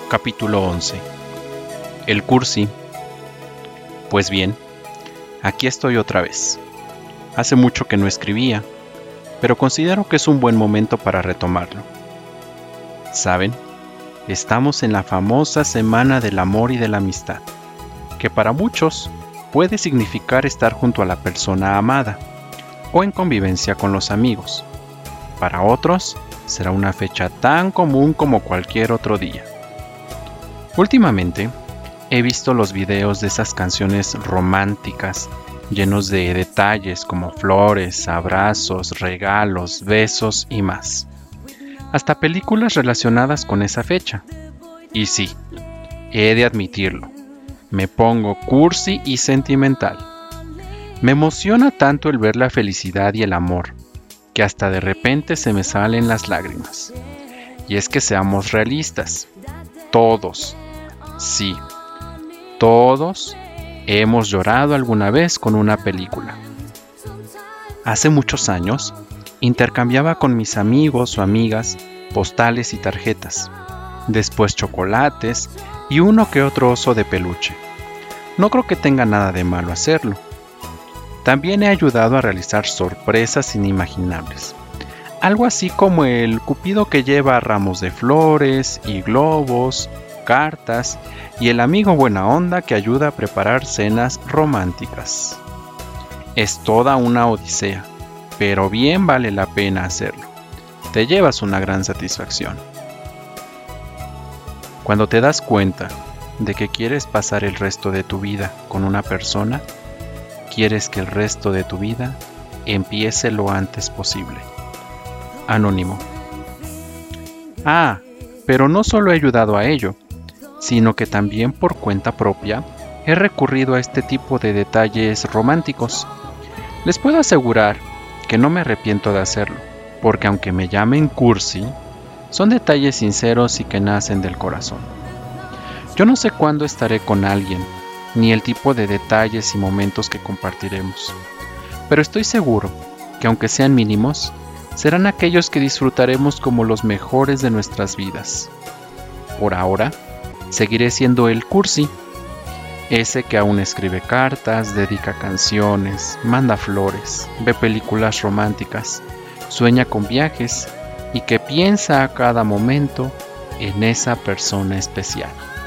Capítulo 11. El cursi. Pues bien, aquí estoy otra vez. Hace mucho que no escribía, pero considero que es un buen momento para retomarlo. ¿Saben? Estamos en la famosa Semana del Amor y de la Amistad, que para muchos puede significar estar junto a la persona amada o en convivencia con los amigos. Para otros, será una fecha tan común como cualquier otro día. Últimamente, he visto los videos de esas canciones románticas, llenos de detalles como flores, abrazos, regalos, besos y más. Hasta películas relacionadas con esa fecha. Y sí, he de admitirlo, me pongo cursi y sentimental. Me emociona tanto el ver la felicidad y el amor, que hasta de repente se me salen las lágrimas. Y es que seamos realistas, todos, sí, todos hemos llorado alguna vez con una película. Hace muchos años, intercambiaba con mis amigos o amigas postales y tarjetas, después chocolates y uno que otro oso de peluche. No creo que tenga nada de malo hacerlo. También he ayudado a realizar sorpresas inimaginables. Algo así como el cupido que lleva ramos de flores y globos, cartas y el amigo buena onda que ayuda a preparar cenas románticas. Es toda una odisea, pero bien vale la pena hacerlo. Te llevas una gran satisfacción. Cuando te das cuenta de que quieres pasar el resto de tu vida con una persona, quieres que el resto de tu vida empiece lo antes posible. Anónimo. Pero no solo he ayudado a ello, sino que también por cuenta propia he recurrido a este tipo de detalles románticos. Les puedo asegurar que no me arrepiento de hacerlo, porque aunque me llamen cursi, son detalles sinceros y que nacen del corazón. Yo no sé cuándo estaré con alguien, ni el tipo de detalles y momentos que compartiremos, pero estoy seguro que aunque sean mínimos, serán aquellos que disfrutaremos como los mejores de nuestras vidas. Por ahora, seguiré siendo el cursi, ese que aún escribe cartas, dedica canciones, manda flores, ve películas románticas, sueña con viajes y que piensa a cada momento en esa persona especial.